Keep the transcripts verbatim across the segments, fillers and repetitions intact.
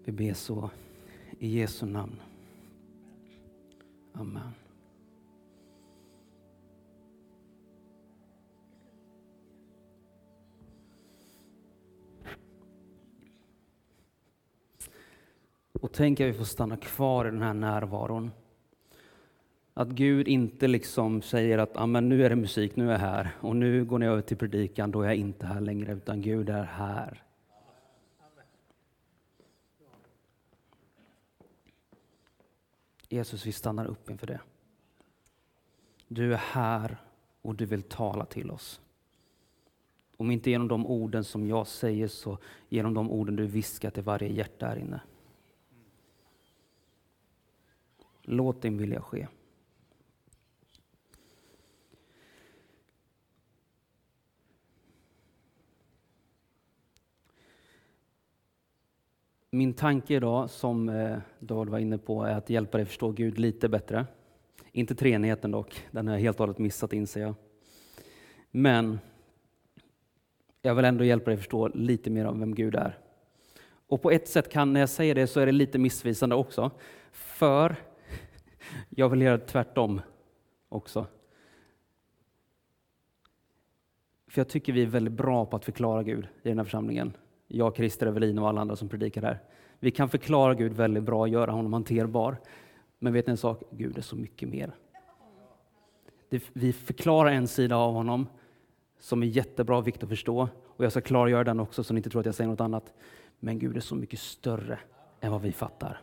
Vi ber så i Jesu namn. Amen. Och tänk att vi får stanna kvar i den här närvaron. Att Gud inte liksom säger att ah, men nu är det musik, nu är jag här. Och nu går ni över till predikan, då är jag inte här längre. Utan Gud är här. Jesus, vi stannar upp inför det. Du är här och du vill tala till oss. Om inte genom de orden som jag säger, så genom de orden du viskar till varje hjärta här inne. Låt din vilja ske. Min tanke idag, som David var inne på, är att hjälpa dig förstå Gud lite bättre. Inte treenigheten dock, den har jag helt och hållet missat, inser jag. Men jag vill ändå hjälpa dig förstå lite mer om vem Gud är. Och på ett sätt kan, när jag säger det, så är det lite missvisande också. För jag vill göra tvärtom också. För jag tycker vi är väldigt bra på att förklara Gud i den här församlingen. Jag, Christer Evelin och alla andra som predikar här. Vi kan förklara Gud väldigt bra, göra honom hanterbar. Men vet ni en sak? Gud är så mycket mer. Det, vi förklarar en sida av honom som är jättebra och viktigt att förstå. Och jag ska klargöra den också så ni inte tror att jag säger något annat. Men Gud är så mycket större än vad vi fattar.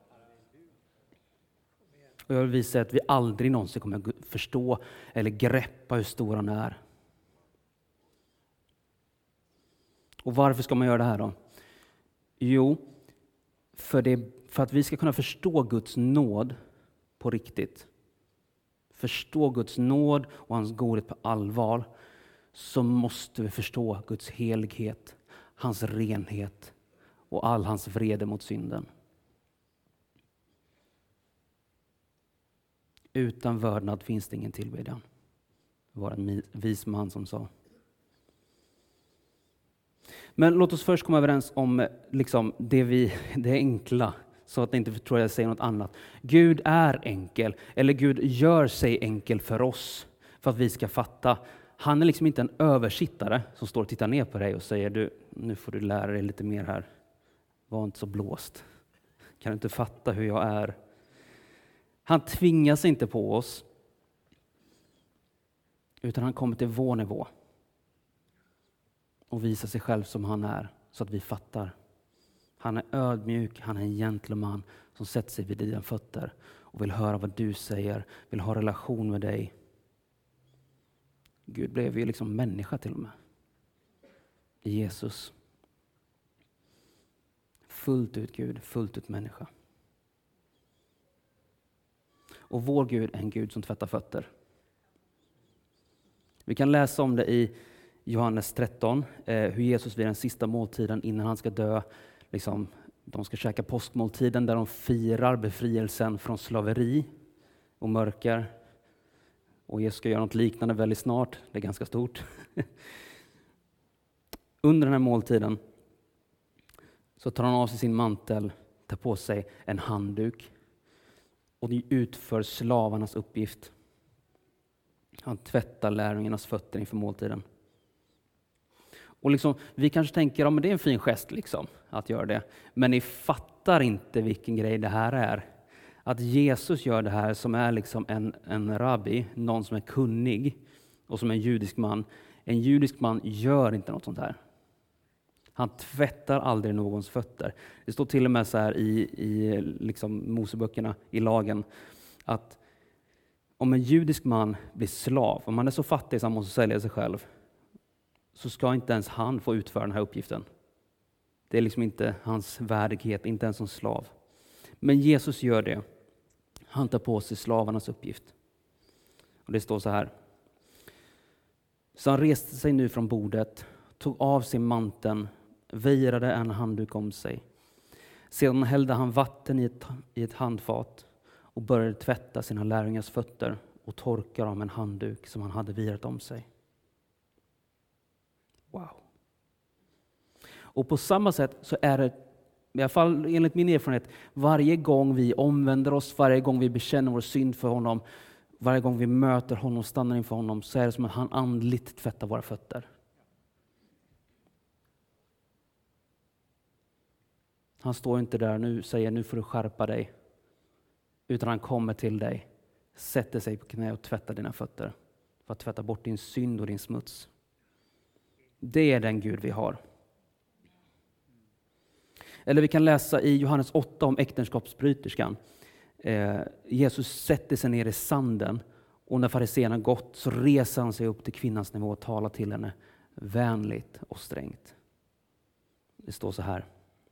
Och jag vill visa att vi aldrig någonsin kommer att förstå eller greppa hur stor han är. Och varför ska man göra det här då? Jo, för, det, för att vi ska kunna förstå Guds nåd på riktigt. Förstå Guds nåd och hans godhet på allvar. Så måste vi förstå Guds helighet, hans renhet och all hans vrede mot synden. Utan vördnad finns det ingen tillbedjan. Det var en vis man som sa. Men låt oss först komma överens om liksom, det, vi, det enkla. Så att ni inte tror att jag säger något annat. Gud är enkel. Eller Gud gör sig enkel för oss. För att vi ska fatta. Han är liksom inte en översittare som står och tittar ner på dig och säger du, nu får du lära dig lite mer här. Var inte så blåst. Kan du inte fatta hur jag är? Han tvingas inte på oss. Utan han kommer till vår nivå. Och visar sig själv som han är. Så att vi fattar. Han är ödmjuk. Han är en gentleman. Som sätter sig vid dina fötter. Och vill höra vad du säger. Vill ha relation med dig. Gud blev ju liksom människa till och med. I Jesus. Fullt ut Gud. Fullt ut människa. Och vår Gud är en Gud som tvättar fötter. Vi kan läsa om det i Johannes tretton. Eh, hur Jesus vid den sista måltiden innan han ska dö. Liksom, de ska käka påskmåltiden där de firar befrielsen från slaveri och mörker. Och Jesus ska göra något liknande väldigt snart. Det är ganska stort. Under den här måltiden så tar han av sig sin mantel. Tar på sig en handduk. Och de utför slavarnas uppgift. Han tvättar lärjungarnas fötter inför måltiden. Och liksom, vi kanske tänker att ja, det är en fin gest liksom, att göra det. Men ni fattar inte vilken grej det här är. Att Jesus gör det här som är liksom en, en rabbi, någon som är kunnig och som är en judisk man. En judisk man gör inte något sånt här. Han tvättar aldrig någons fötter. Det står till och med så här i, i liksom Moseböckerna, i lagen, att om en judisk man blir slav, om man är så fattig så han måste sälja sig själv, så ska inte ens han få utföra den här uppgiften. Det är liksom inte hans värdighet, inte ens som slav. Men Jesus gör det. Han tar på sig slavarnas uppgift. Och det står så här. Så han reste sig nu från bordet, tog av sig manteln, virade en handduk om sig. Sedan hällde han vatten i ett, i ett handfat och började tvätta sina lärjungars fötter och torka dem med en handduk som han hade virat om sig. Wow. Och på samma sätt så är det i alla fall enligt min erfarenhet, varje gång vi omvänder oss, varje gång vi bekänner vår synd för honom, varje gång vi möter honom och stannar inför honom, så är det som att han andligt tvättar våra fötter. Han står inte där nu och säger nu får du skärpa dig. Utan han kommer till dig, sätter sig på knä och tvättar dina fötter. För att tvätta bort din synd och din smuts. Det är den Gud vi har. Eller vi kan läsa i Johannes åtta om äktenskapsbryterskan. Eh, Jesus sätter sig ner i sanden. Och när fariséerna gått så reser han sig upp till kvinnans nivå och talar till henne vänligt och strängt. Det står så här.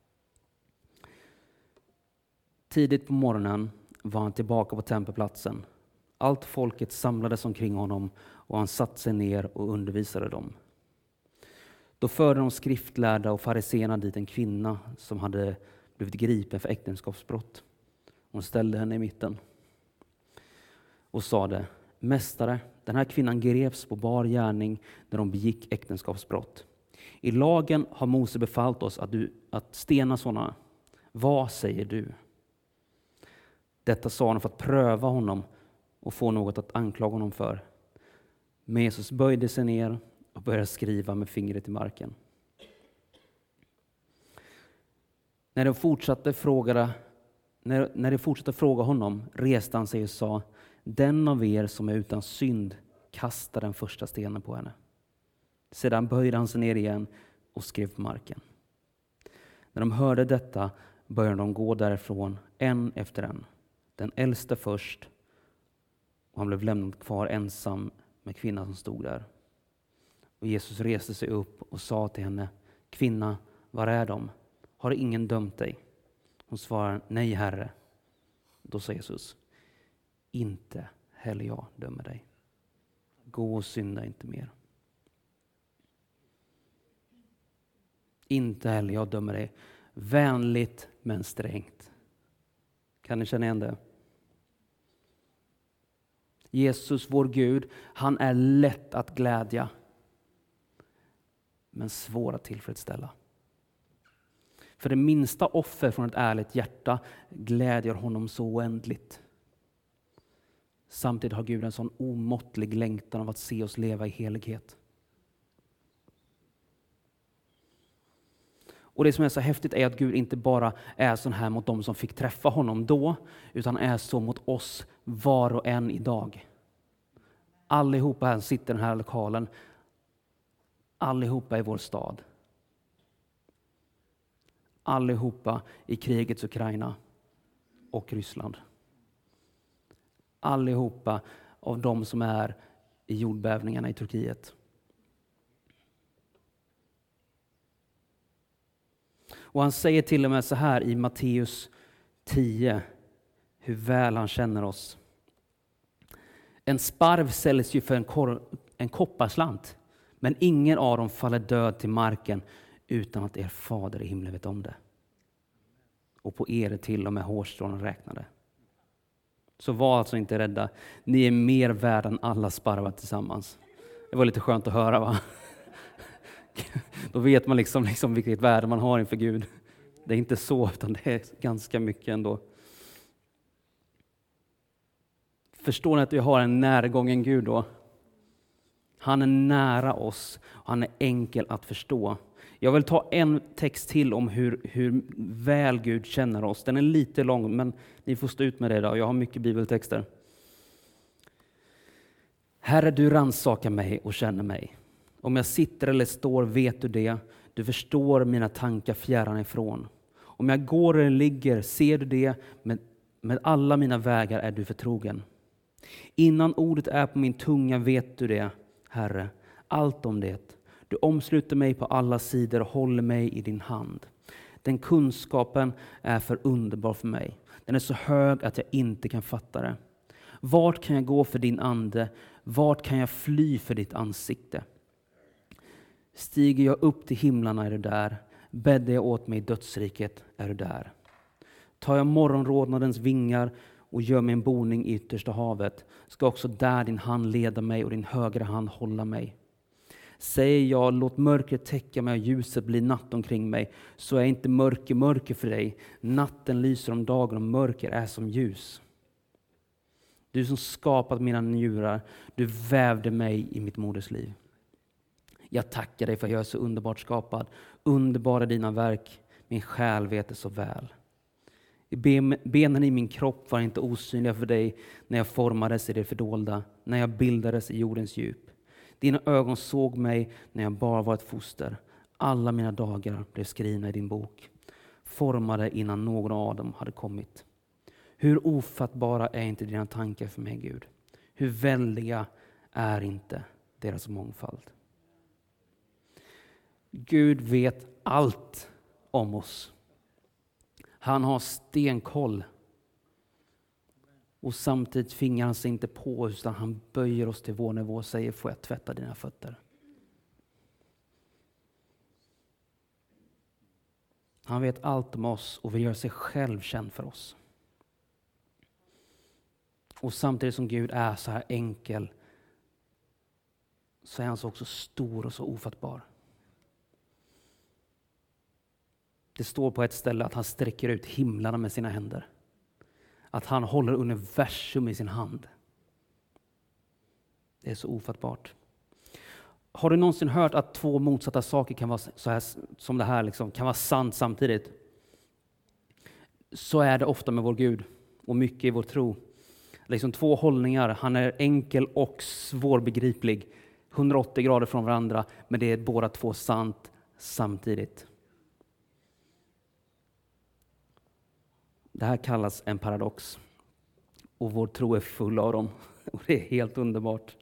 Tidigt på morgonen var han tillbaka på tempelplatsen. Allt folket samlades omkring honom och han satte sig ner och undervisade dem. Då förde de skriftlärda och fariséerna dit en kvinna som hade blivit gripen för äktenskapsbrott. Hon ställde henne i mitten och sade: Mästare, den här kvinnan greps på bar gärning när de begick äktenskapsbrott. I lagen har Mose befallt oss att, du, att stena sådana. Vad säger du? Detta sa han för att pröva honom och få något att anklaga honom för. Men Jesus böjde sig ner och började skriva med fingret i marken. När de fortsatte fråga, när, när de fortsatte fråga honom reste han sig och sa: Den av er som är utan synd kastar den första stenen på henne. Sedan böjde han sig ner igen och skrev på marken. När de hörde detta började de gå därifrån en efter en. Den äldste först, och han blev lämnad kvar ensam med kvinnan som stod där. Och Jesus reste sig upp och sa till henne: Kvinna, var är de? Har ingen dömt dig? Hon svarar: Nej, Herre. Då sa Jesus: Inte heller jag dömer dig. Gå och synda inte mer. Inte heller jag dömer dig. Vänligt men strängt. Kan ni känna igen det? Jesus, vår Gud, han är lätt att glädja, men svår att tillfredsställa. För det minsta offer från ett ärligt hjärta glädjer honom så oändligt. Samtidigt har Gud en sån omåttlig längtan av att se oss leva i helighet. Och det som är så häftigt är att Gud inte bara är sån här mot dem som fick träffa honom då, utan är så mot oss var och en idag. Allihopa här sitter i den här lokalen. Allihopa i vår stad. Allihopa i krigets Ukraina och Ryssland. Allihopa av de som är i jordbävningarna i Turkiet. Och han säger till och med så här i Matteus tio, hur väl han känner oss. En sparv säljs ju för en, kor- en kopparslant, men ingen av dem faller död till marken utan att er fader i himlen vet om det. Och på er är till och med hårstrån räknade. Så var alltså inte rädda. Ni är mer värda än alla sparvar tillsammans. Det var lite skönt att höra, va? Då vet man liksom, liksom vilket värde man har inför Gud. Det är inte så, utan det är ganska mycket ändå. Förstår ni att vi har en närgången Gud då? Han är nära oss. Han är enkel att förstå. Jag vill ta en text till om hur, hur väl Gud känner oss. Den är lite lång, men ni får stå ut med det idag. Jag har mycket bibeltexter. Herre, du rannsakar mig och känner mig. Om jag sitter eller står vet du det. Du förstår mina tankar fjärran ifrån. Om jag går eller ligger ser du det. Med, med alla mina vägar är du förtrogen. Innan ordet är på min tunga vet du det, Herre. Allt om det. Du omsluter mig på alla sidor och håller mig i din hand. Den kunskapen är för underbar för mig. Den är så hög att jag inte kan fatta det. Vart kan jag gå för din ande? Vart kan jag fly för ditt ansikte? Stiger jag upp till himlarna är du där. Bäddar jag åt mig i dödsriket är du där. Tar jag morgonrodnadens vingar och gör mig en boning i yttersta havet, ska också där din hand leda mig och din högra hand hålla mig. Säger jag, låt mörkret täcka mig och ljuset bli natt omkring mig, så är inte mörker mörker för dig. Natten lyser om dagen och mörker är som ljus. Du som skapat mina njurar, du vävde mig i mitt moders liv. Jag tackar dig för att jag är så underbart skapad. Underbara dina verk, min själ vet det så väl. Benen i min kropp var inte osynliga för dig när jag formades i det fördolda, när jag bildades i jordens djup. Dina ögon såg mig när jag bara var ett foster. Alla mina dagar blev skrivna i din bok, formade innan någon av dem hade kommit. Hur ofattbara är inte dina tankar för mig, Gud? Hur väldiga är inte deras mångfald? Gud vet allt om oss. Han har stenkoll. Och samtidigt tvingar han sig inte på oss, utan han böjer oss till vår nivå och säger, får jag tvätta dina fötter? Han vet allt om oss och vill göra sig själv känd för oss. Och samtidigt som Gud är så här enkel, så är han så också stor och så ofattbar. Det står på ett ställe att han sträcker ut himlarna med sina händer. Att han håller universum i sin hand. Det är så ofattbart. Har du någonsin hört att två motsatta saker kan vara så här, som det här liksom, kan vara sant samtidigt? Så är det ofta med vår Gud och mycket i vår tro. Liksom två hållningar. Han är enkel och svårbegriplig. hundraåttio grader från varandra, men det är båda två sant samtidigt. Det här kallas en paradox. Och vår tro är full av dem. Och det är helt underbart.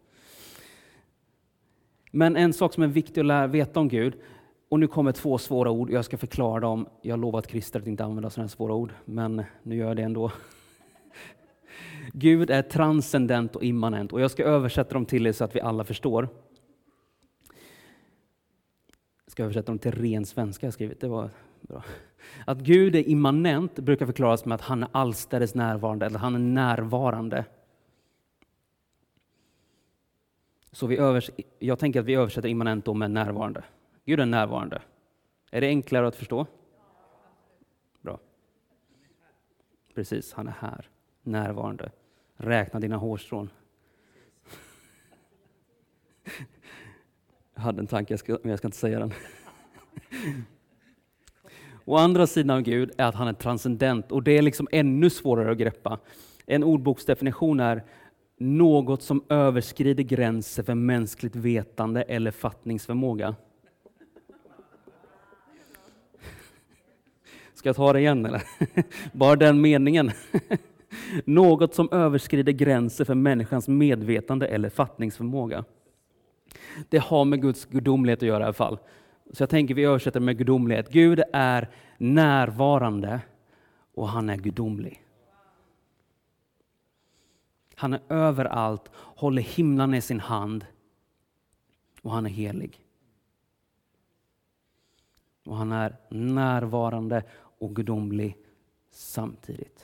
Men en sak som är viktig att lära veta om Gud. Och nu kommer två svåra ord. Jag ska förklara dem. Jag lovar att Christer att inte använda sådana här svåra ord. Men nu gör jag det ändå. Gud är transcendent och immanent. Och jag ska översätta dem till er så att vi alla förstår. Jag ska översätta dem till ren svenska jag skrivit. Det var bra. Att Gud är immanent brukar förklaras med att han är allstädes närvarande. Eller han är närvarande. Så vi övers- jag tänker att vi översätter immanent då med närvarande. Gud är närvarande. Är det enklare att förstå? Bra. Precis, han är här. Närvarande. Räkna dina hårstrån. Jag hade en tanke, jag ska, men jag ska inte säga den. Å andra sidan av Gud är att han är transcendent. Och det är liksom ännu svårare att greppa. En ordboksdefinition är något som överskrider gränser för mänskligt vetande eller fattningsförmåga. Ska jag ta det igen eller? Bara den meningen. Något som överskrider gränser för människans medvetande eller fattningsförmåga. Det har med Guds gudomlighet att göra i alla fall. Så jag tänker vi översätter med gudomlighet. Gud är närvarande och han är gudomlig. Han är överallt, håller himlen i sin hand och han är helig. Och han är närvarande och gudomlig samtidigt.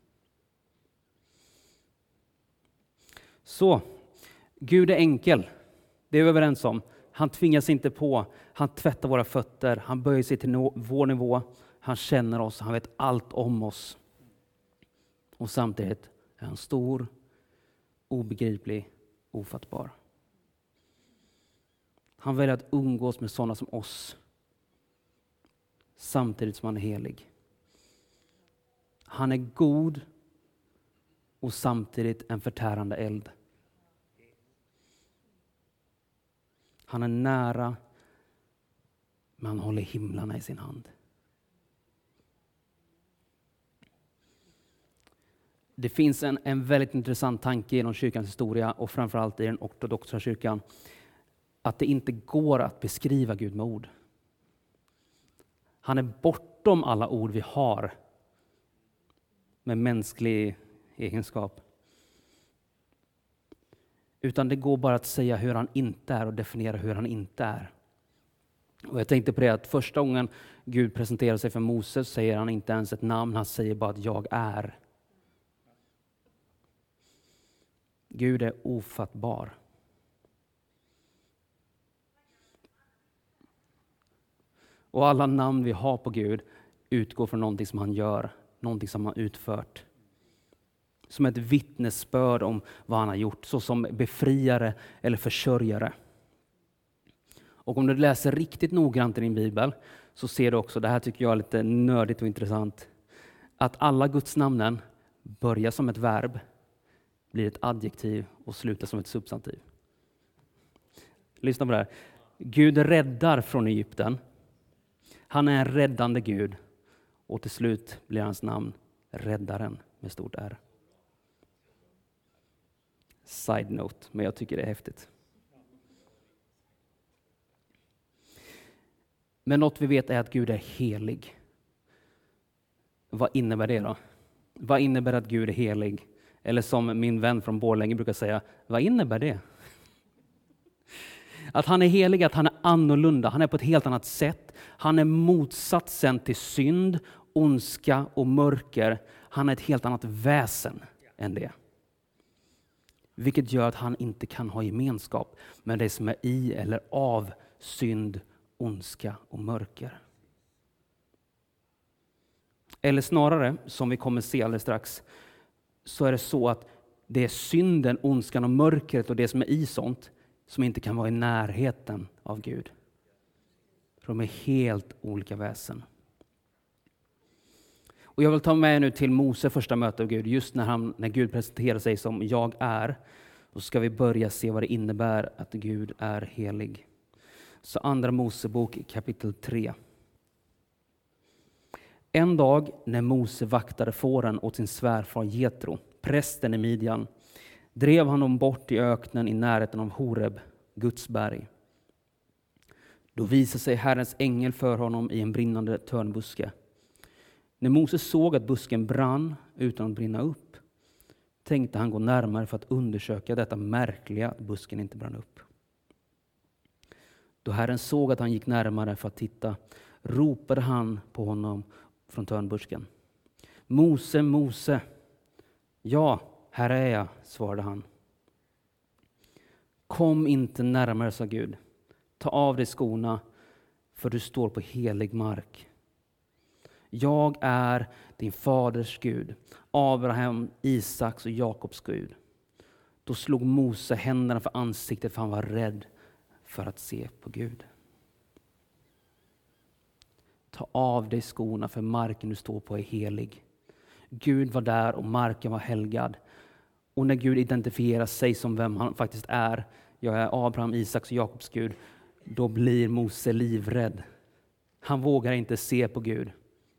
Så, Gud är enkel. Det är vi överens om. Han tvingas inte på. Han tvättar våra fötter. Han böjer sig till no- vår nivå. Han känner oss. Han vet allt om oss. Och samtidigt är han stor, obegriplig, ofattbar. Han väljer att umgås med sådana som oss. Samtidigt som han är helig. Han är god och samtidigt en förtärande eld. Han är nära, men han håller himlarna i sin hand. Det finns en, en väldigt intressant tanke genom kyrkans historia och framförallt i den ortodoxa kyrkan. Att det inte går att beskriva Gud med ord. Han är bortom alla ord vi har med mänsklig egenskap. Utan det går bara att säga hur han inte är och definiera hur han inte är. Och jag tänkte på det att första gången Gud presenterar sig för Moses säger han inte ens ett namn, han säger bara att jag är. Gud är ofattbar. Och alla namn vi har på Gud utgår från någonting som han gör, någonting som han utfört. Som ett vittnesbörd om vad han har gjort, så som befriare eller försörjare. Och om du läser riktigt noggrant i din bibel så ser du också, det här tycker jag är lite nördigt och intressant, att alla Guds namnen börjar som ett verb, blir ett adjektiv och slutar som ett substantiv. Lyssna på det här. Gud räddar från Egypten. Han är en räddande Gud. Och till slut blir hans namn Räddaren med stort R. Side note, men jag tycker det är häftigt. Men något vi vet är att Gud är helig. Vad innebär det då? Vad innebär att Gud är helig? Eller som min vän från Borlänge brukar säga, vad innebär det? Att han är helig, att han är annorlunda, han är på ett helt annat sätt. Han är motsatsen till synd, ondska och mörker. Han är ett helt annat väsen än det. Vilket gör att han inte kan ha gemenskap med det som är i eller av synd, ondska och mörker. Eller snarare, som vi kommer se alldeles strax, så är det så att det är synden, ondskan och mörkret och det som är i sånt som inte kan vara i närheten av Gud. De är helt olika väsen. Och jag vill ta med nu till Mose första möte av Gud, just när, han, när Gud presenterar sig som jag är. Och så ska vi börja se vad det innebär att Gud är helig. Så andra Mosebok kapitel tre. En dag när Mose vaktade fåren åt sin svärfar Jetro, prästen i Midjan, drev han dem bort i öknen i närheten av Horeb, Guds berg. Då visade sig Herrens ängel för honom i en brinnande törnbuske. När Mose såg att busken brann utan att brinna upp, tänkte han gå närmare för att undersöka detta märkliga att busken inte brann upp. Då Herren såg att han gick närmare för att titta, ropade han på honom från törnbusken. Mose, Mose. Ja, här är jag, svarade han. Kom inte närmare, sa Gud. Ta av dig skorna, för du står på helig mark. Jag är din faders Gud, Abraham, Isaks och Jakobs Gud. Då slog Mose händerna för ansiktet, för han var rädd för att se på Gud. Ta av dig skorna, för marken du står på är helig. Gud var där och marken var helgad. Och när Gud identifierar sig som vem han faktiskt är, jag är Abraham, Isaks och Jakobs Gud, då blir Mose livrädd. Han vågar inte se på Gud.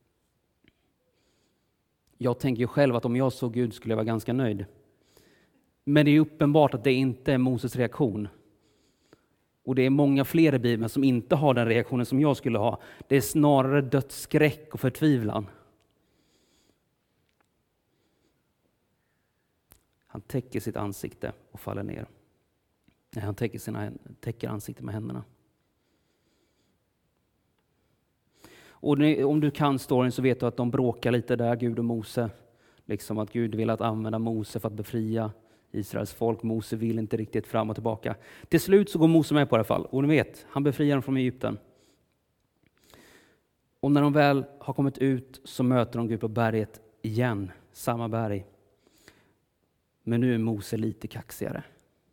Jag tänker ju själv att om jag såg Gud skulle jag vara ganska nöjd. Men det är uppenbart att det inte är Moses reaktion. Och det är många fler i Bibeln som inte har den reaktionen som jag skulle ha. Det är snarare dödsskräck och förtvivlan. Han täcker sitt ansikte och faller ner. Nej, han täcker, sina, täcker ansiktet med händerna. Och om du kan storyn så vet du att de bråkar lite där, Gud och Mose. Liksom att Gud vill att använda Mose för att befria Israels folk. Mose vill inte riktigt fram och tillbaka. Till slut så går Mose med på det här fall. Och ni vet, han befriar dem från Egypten. Och när de väl har kommit ut så möter de Gud på berget igen. Samma berg. Men nu är Mose lite kaxigare.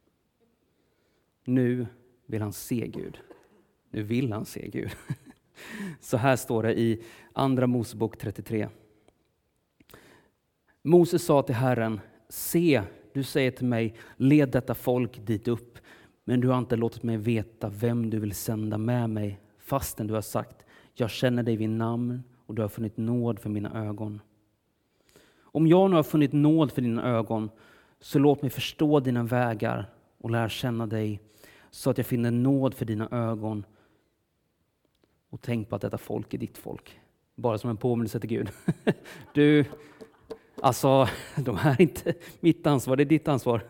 Nu vill han se Gud. Nu vill han se Gud. Så här står det i andra Mosebok trettiotre. Mose sa till Herren, se, du säger till mig, led detta folk dit upp. Men du har inte låtit mig veta vem du vill sända med mig, fastän du har sagt, jag känner dig vid namn och du har funnit nåd för mina ögon. Om jag nu har funnit nåd för dina ögon, så låt mig förstå dina vägar och lära känna dig, så att jag finner nåd för dina ögon. Och tänk på att detta folk är ditt folk. Bara som en påminnelse till Gud. Du, alltså, de här är inte mitt ansvar, det är ditt ansvar.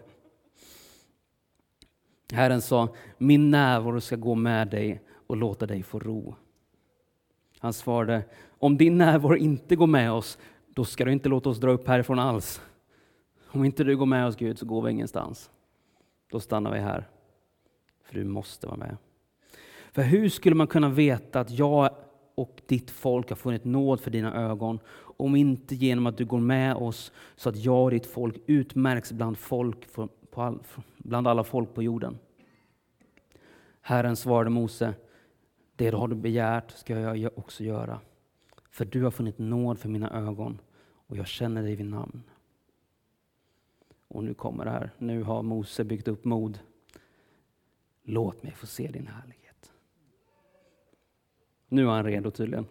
Herren sa, min närvaro ska gå med dig och låta dig få ro. Han svarade, om din närvaro inte går med oss, då ska du inte låta oss dra upp härifrån alls. Om inte du går med oss, Gud, så går vi ingenstans. Då stannar vi här. För du måste vara med. För hur skulle man kunna veta att jag och ditt folk har funnit nåd för dina ögon, om inte genom att du går med oss så att jag och ditt folk utmärks bland, folk, på all, bland alla folk på jorden. Herren svarade Mose, det har du begärt ska jag också göra, för du har funnit nåd för mina ögon och jag känner dig vid namn. Och nu kommer det här, nu har Mose byggt upp mod. Låt mig få se din härlighet. Nu är han redo tydligen.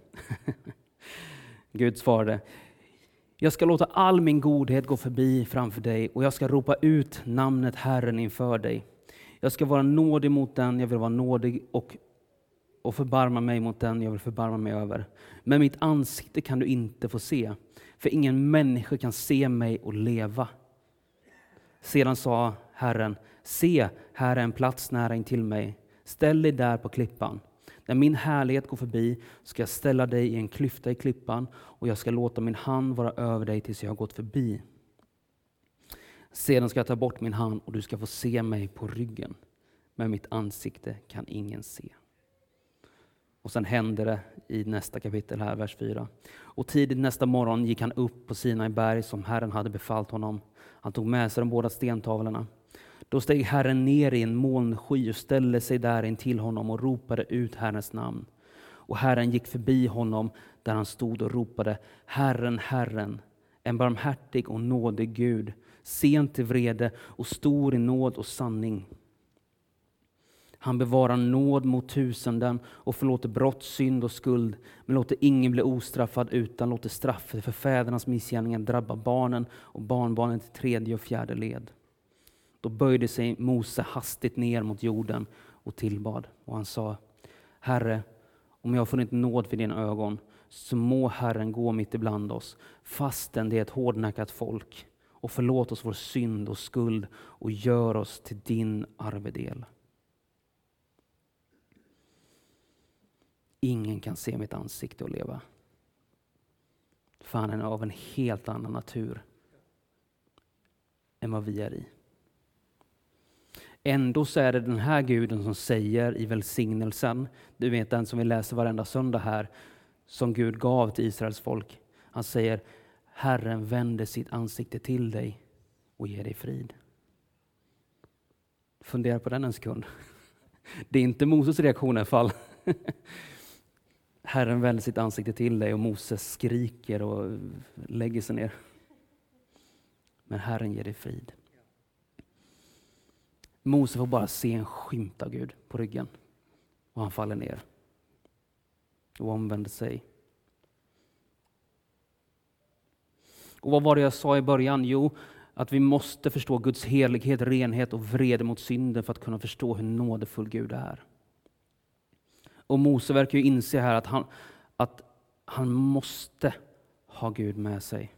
Gud svarade, jag ska låta all min godhet gå förbi framför dig och jag ska ropa ut namnet Herren inför dig. Jag ska vara nådig mot den jag vill vara nådig och, och förbarma mig mot den jag vill förbarma mig över. Men mitt ansikte kan du inte få se, för ingen människa kan se mig och leva. Sedan sa Herren, se, här är en plats nära intill mig. Ställ dig där på klippan. När min härlighet går förbi ska jag ställa dig i en klyfta i klippan och jag ska låta min hand vara över dig tills jag har gått förbi. Sedan ska jag ta bort min hand och du ska få se mig på ryggen. Men mitt ansikte kan ingen se. Och sen händer det i nästa kapitel här, vers fyra. Och tidigt nästa morgon gick han upp på Sinai berg som Herren hade befallt honom. Han tog med sig de båda stentavlorna. Då steg Herren ner i en molnsky och ställde sig där in till honom och ropade ut Herrens namn. Och Herren gick förbi honom där han stod och ropade, Herren, Herren, en barmhärtig och nådig Gud, sent till vrede och stor i nåd och sanning. Han bevarar nåd mot tusenden och förlåter brott, synd och skuld, men låter ingen bli ostraffad utan låter straffet för fädernas missgärningar drabba barnen och barnbarnen till tredje och fjärde led. Då böjde sig Mose hastigt ner mot jorden och tillbad. Och han sa, Herre, om jag har funnit nåd för dina ögon, så må Herren gå mitt ibland oss, fastän det är ett hårdnackat folk, och förlåt oss vår synd och skuld och gör oss till din arvedel. Ingen kan se mitt ansikte och leva. För han är av en helt annan natur än vad vi är i. Ändå så är det den här guden som säger i välsignelsen, du vet den som vi läser varenda söndag här, som Gud gav till Israels folk. Han säger, Herren vänder sitt ansikte till dig och ger dig frid. Fundera på den en sekund. Det är inte Moses reaktion i alla fall. Herren vänder sitt ansikte till dig och Moses skriker och lägger sig ner. Men Herren ger dig frid. Mose får bara se en skymt av Gud på ryggen. Och han faller ner. Och omvänder sig. Och vad var det jag sa i början? Jo, att vi måste förstå Guds helighet, renhet och vrede mot synden för att kunna förstå hur nådefull Gud är. Och Mose verkar ju inse här att han, att han måste ha Gud med sig.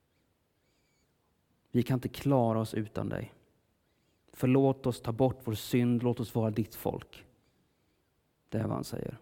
Vi kan inte klara oss utan dig. Förlåt oss, ta bort vår synd, låt oss vara ditt folk. Det är vad han säger.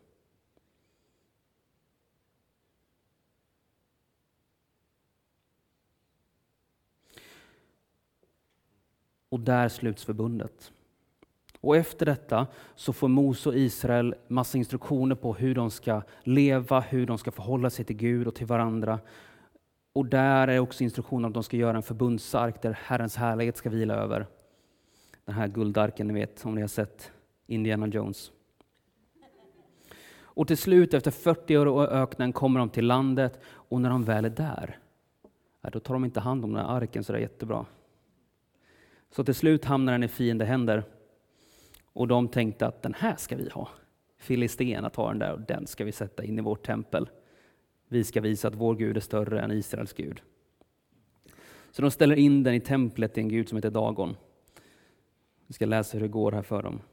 Och där sluts förbundet. Och efter detta så får Mose och Israel massa instruktioner på hur de ska leva, hur de ska förhålla sig till Gud och till varandra. Och där är också instruktioner om att de ska göra en förbundsark där Herrens härlighet ska vila över. Den här guldarken, ni vet, om ni har sett Indiana Jones. Och till slut, efter fyrtio år i öknen, kommer de till landet. Och när de väl är där, då tar de inte hand om den här arken så det är jättebra. Så till slut hamnar den i fiende händer. Och de tänkte att den här ska vi ha. Filisterna tar den där och den ska vi sätta in i vårt tempel. Vi ska visa att vår Gud är större än Israels Gud. Så de ställer in den i templet till en Gud som heter Dagon. Vi ska läsa hur det går här för dem.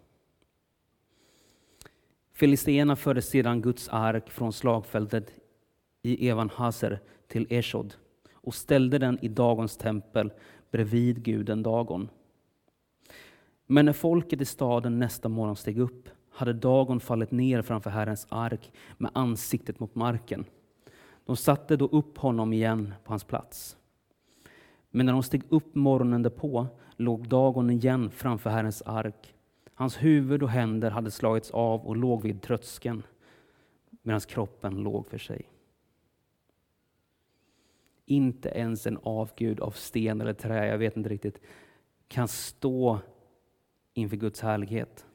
Filisterna förde sedan Guds ark från slagfältet i Evan-Haser till Eshod och ställde den i Dagons tempel bredvid guden Dagon. Men när folket i staden nästa morgon steg upp hade Dagon fallit ner framför Herrens ark med ansiktet mot marken. De satte då upp honom igen på hans plats. Men när de steg upp morgonen därpå låg Dagon igen framför Herrens ark. Hans huvud och händer hade slagits av och låg vid tröskeln. medan kroppen låg för sig. Inte ens en avgud av sten eller trä, jag vet inte riktigt, kan stå inför Guds härlighet.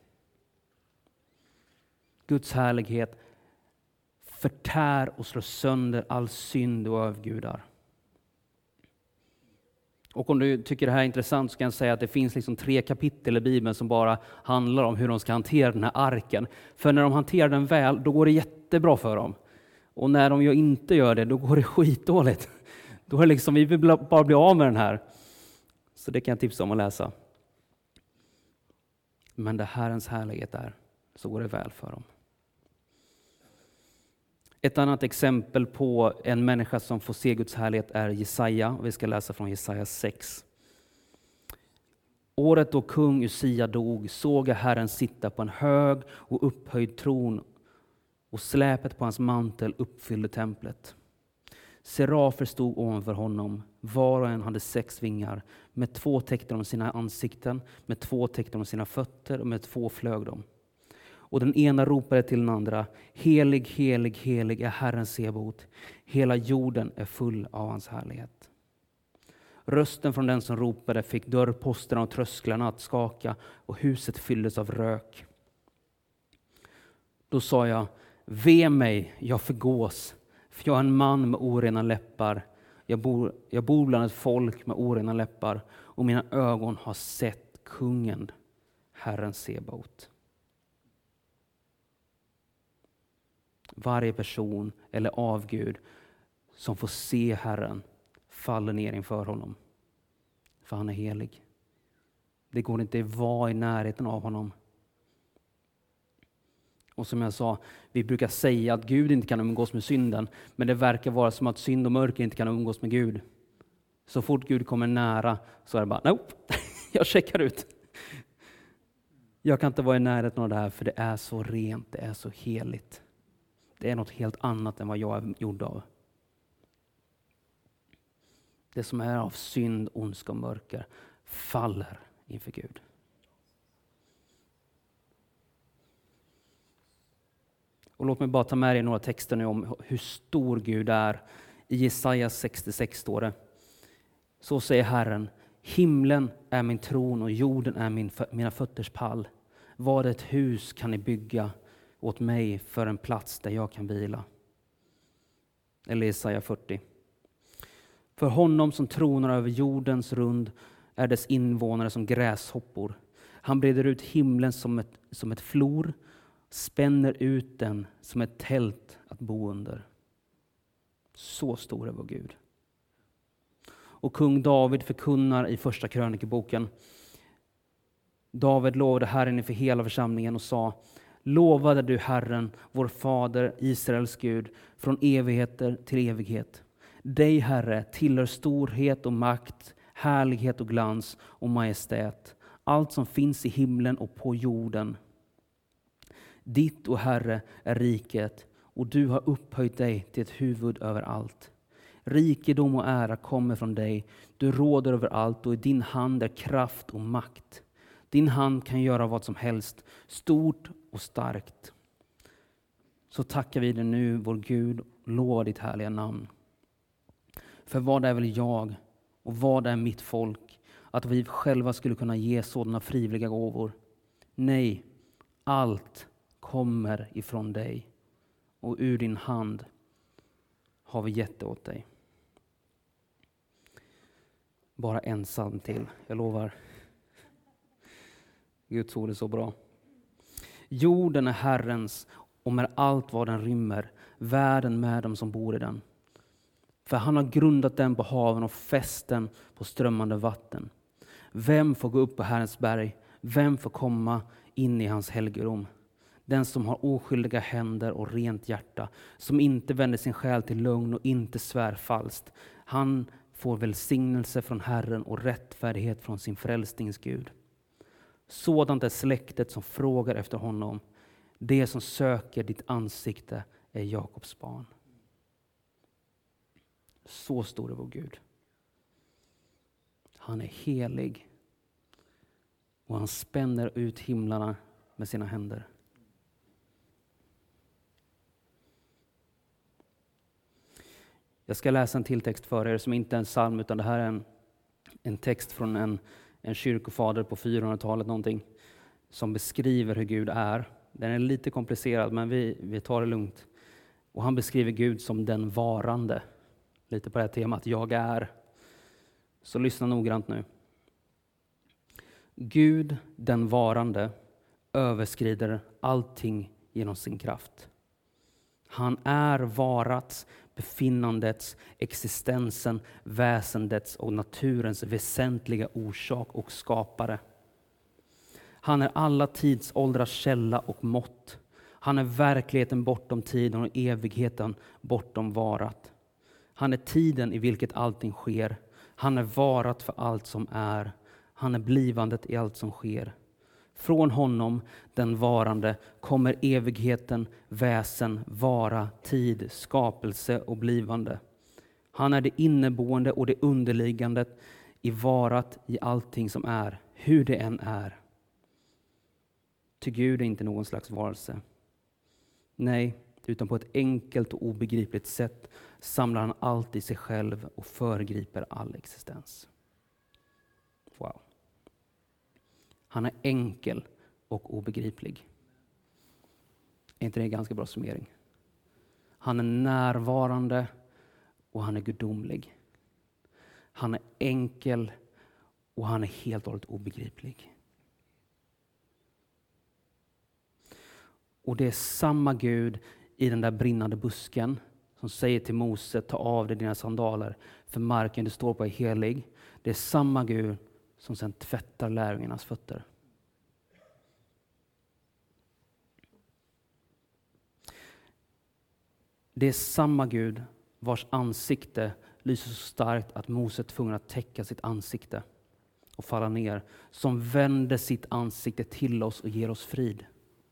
Guds härlighet förtär och slår sönder all synd och avgudar. Och om du tycker det här är intressant så kan jag säga att det finns liksom tre kapitel i Bibeln som bara handlar om hur de ska hantera den här arken. För när de hanterar den väl, då går det jättebra för dem. Och när de ju inte gör det, då går det skitdåligt. Då är det liksom, vi vill bara bli av med den här. Så det kan jag tipsa om att läsa. Men det Herrens härlighet är, så går det väl för dem. Ett annat exempel på en människa som får se Guds härlighet är Jesaja. Vi ska läsa från Jesaja sex. Året då kung Usia dog såg jag Herren sitta på en hög och upphöjd tron, och släpet på hans mantel uppfyllde templet. Serafer stod ovanför honom, var och en hade sex vingar. Med två täckte de sina ansikten, med två täckte de sina fötter och med två flög de. Och den ena ropade till den andra: helig, helig, helig är Herren Sebot. Hela jorden är full av hans härlighet. Rösten från den som ropade fick dörrposterna och trösklarna att skaka, och huset fylldes av rök. Då sa jag: ve mig, jag förgås, för jag är en man med orena läppar. Jag bor, jag bor bland ett folk med orena läppar, och mina ögon har sett kungen, Herren Sebot. Varje person eller avgud som får se Herren faller ner inför honom. För han är helig. Det går inte att vara i närheten av honom. Och som jag sa, vi brukar säga att Gud inte kan umgås med synden. Men det verkar vara som att synd och mörker inte kan umgås med Gud. Så fort Gud kommer nära så är det bara, nope, jag checkar ut. Jag kan inte vara i närheten av det här, för det är så rent, det är så heligt. Det är något helt annat än vad jag är gjord av. Det som är av synd, ondska och mörker faller inför Gud. Och låt mig bara ta med dig några texter nu om hur stor Gud är. I Jesaja sextiosex står det: så säger Herren, himlen är min tron och jorden är min, mina fötters pall. Vad ett hus kan ni bygga åt mig för en plats där jag kan vila. Eller Jesaja fyrtio. För honom som tronar över jordens rund är dess invånare som gräshoppor. Han breder ut himlen som ett, som ett flor, spänner ut den som ett tält att bo under. Så stor är vår Gud. Och kung David förkunnar i första krönikeboken: David lovade Herren inför hela församlingen och sa: lovade du Herren, vår fader, Israels Gud, från evigheter till evighet. Dig, Herre, tillhör storhet och makt, härlighet och glans och majestät, allt som finns i himlen och på jorden. Ditt, och Herre, är riket, och du har upphöjt dig till ett huvud över allt. Rikedom och ära kommer från dig, du råder över allt, och i din hand är kraft och makt. Din hand kan göra vad som helst, stort och starkt. Så tackar vi dig nu, vår Gud, och lovar ditt härliga namn. För vad är väl jag och vad är mitt folk, att vi själva skulle kunna ge sådana frivilliga gåvor? Nej, allt kommer ifrån dig, och ur din hand har vi gett det åt dig. Bara en psalm till, jag lovar. Guds ord är så bra. Jorden är Herrens och med allt vad den rymmer, världen med dem som bor i den. För han har grundat den på haven och fäst den på strömmande vatten. Vem får gå upp på Herrens berg? Vem får komma in i hans helgedom? Den som har oskyldiga händer och rent hjärta, som inte vänder sin själ till lögn och inte svär falskt. Han får välsignelse från Herren och rättfärdighet från sin frälsnings Gud. Sådant är släktet som frågar efter honom. Det som söker ditt ansikte är Jakobs barn. Så stor är vår Gud. Han är helig. Och han spänner ut himlarna med sina händer. Jag ska läsa en till text för er som inte är en psalm, utan det här är en, en text från en, en kyrkofader på fyrahundratalet någonting, som beskriver hur Gud är. Den är lite komplicerad, men vi, vi tar det lugnt. Och han beskriver Gud som den varande. Lite på det här temat, jag är. Så lyssna noggrant nu. Gud, den varande, överskrider allting genom sin kraft. Han är varats, befinnandets, existensen, väsendets och naturens väsentliga orsak och skapare. Han är alla tidsåldrars källa och mått. Han är verkligheten bortom tiden och evigheten bortom varat. Han är tiden i vilket allting sker. Han är varat för allt som är. Han är blivandet i allt som sker. Från honom, den varande, kommer evigheten, väsen, vara, tid, skapelse och blivande. Han är det inneboende och det underliggande i varat i allting som är, hur det än är. Ty Gud är inte någon slags varelse. Nej, utan på ett enkelt och obegripligt sätt samlar han allt i sig själv och föregriper all existens. Wow. Han är enkel och obegriplig. Är inte det en ganska bra summering? Han är närvarande och han är gudomlig. Han är enkel och han är helt och hållet obegriplig. Och det är samma Gud i den där brinnande busken som säger till Mose, ta av dig dina sandaler, för marken du står på är helig. Det är samma Gud som sedan tvättar lärjungarnas fötter. Det är samma Gud vars ansikte lyser så starkt att Mose är tvungen att täcka sitt ansikte och falla ner, som vänder sitt ansikte till oss och ger oss frid.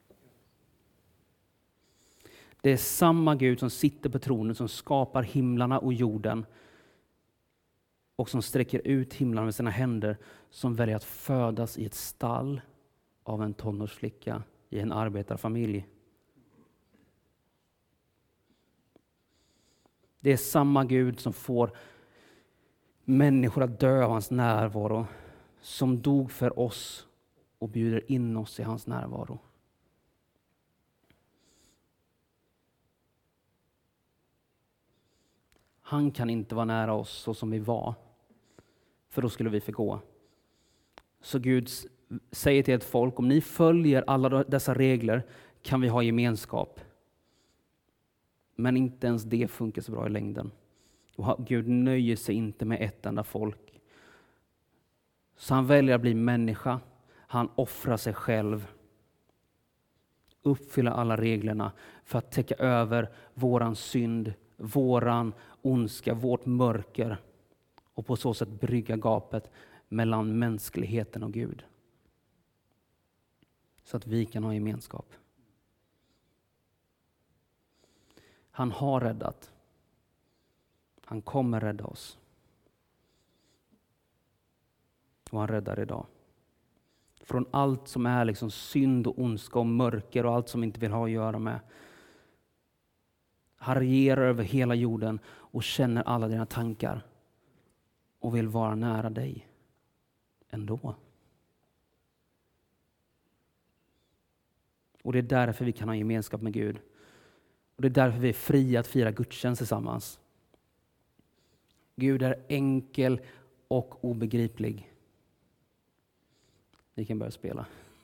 Det är samma Gud som sitter på tronen, som skapar himlarna och jorden och som sträcker ut himlarna med sina händer, som väljer att födas i ett stall av en tonårsflicka i en arbetarfamilj. Det är samma Gud som får människor att dö av hans närvaro, som dog för oss och bjuder in oss i hans närvaro. Han kan inte vara nära oss så som vi var, för då skulle vi förgå. Så Gud säger till ett folk, om ni följer alla dessa regler kan vi ha gemenskap. Men inte ens det funkar så bra i längden. Och Gud nöjer sig inte med ett enda folk. Så han väljer att bli människa. Han offrar sig själv. Uppfyller alla reglerna för att täcka över våran synd, våran ondska, vårt mörker. Och på så sätt brygga gapet mellan mänskligheten och Gud. Så att vi kan ha gemenskap. Han har räddat. Han kommer rädda oss. Och han räddar idag. Från allt som är liksom synd och ondska och mörker och allt som inte vill ha att göra med. Han regerar över hela jorden och känner alla dina tankar. Och vill vara nära dig ändå. Och det är därför vi kan ha gemenskap med Gud. Och det är därför vi är fria att fira gudstjänst tillsammans. Gud är enkel och obegriplig. Vi kan börja spela.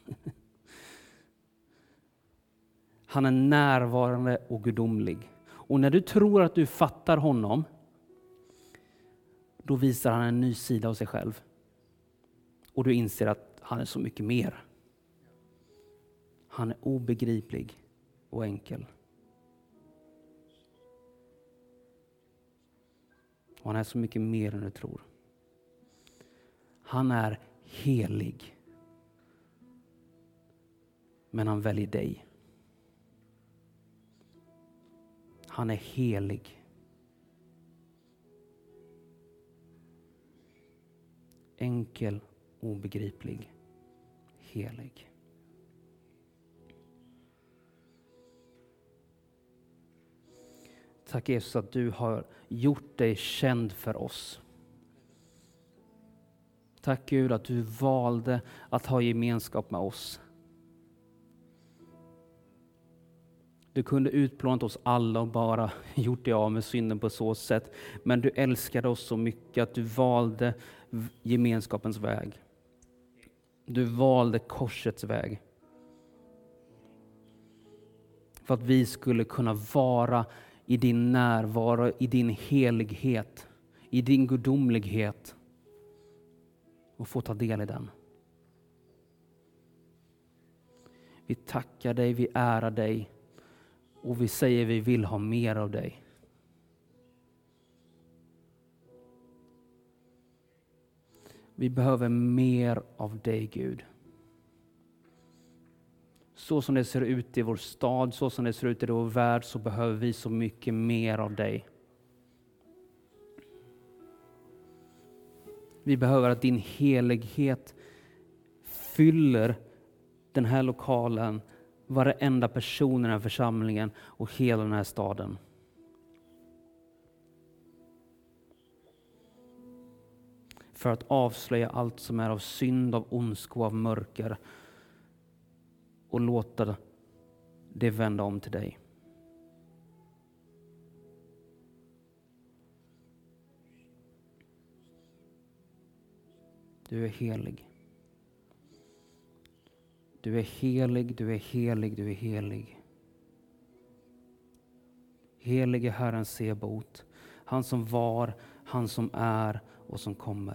Han är närvarande och gudomlig. Och när du tror att du fattar honom, då visar han en ny sida av sig själv. Och du inser att han är så mycket mer. Han är obegriplig och enkel. Och han är så mycket mer än du tror. Han är helig. Men han väljer dig. Han är helig. Enkel, obegriplig, helig. Tack Jesus att du har gjort dig känd för oss. Tack Gud att du valde att ha gemenskap med oss. Du kunde utplånat oss alla och bara gjort dig av med synden på så sätt. Men du älskade oss så mycket att du valde gemenskapens väg. Du valde korsets väg. För att vi skulle kunna vara i din närvaro, i din helighet, i din gudomlighet. Och få ta del i den. Vi tackar dig, vi ärar dig. Och vi säger vi vill ha mer av dig. Vi behöver mer av dig Gud. Så som det ser ut i vår stad, så som det ser ut i vår värld, så behöver vi så mycket mer av dig. Vi behöver att din helighet fyller den här lokalen, varenda person i den här församlingen och hela den här staden. För att avslöja allt som är av synd, av ondska och av mörker. Och låta det vända om till dig. Du är helig. Du är helig, du är helig, du är helig. Helig är Herren Sebot, han som var, han som är och som kommer.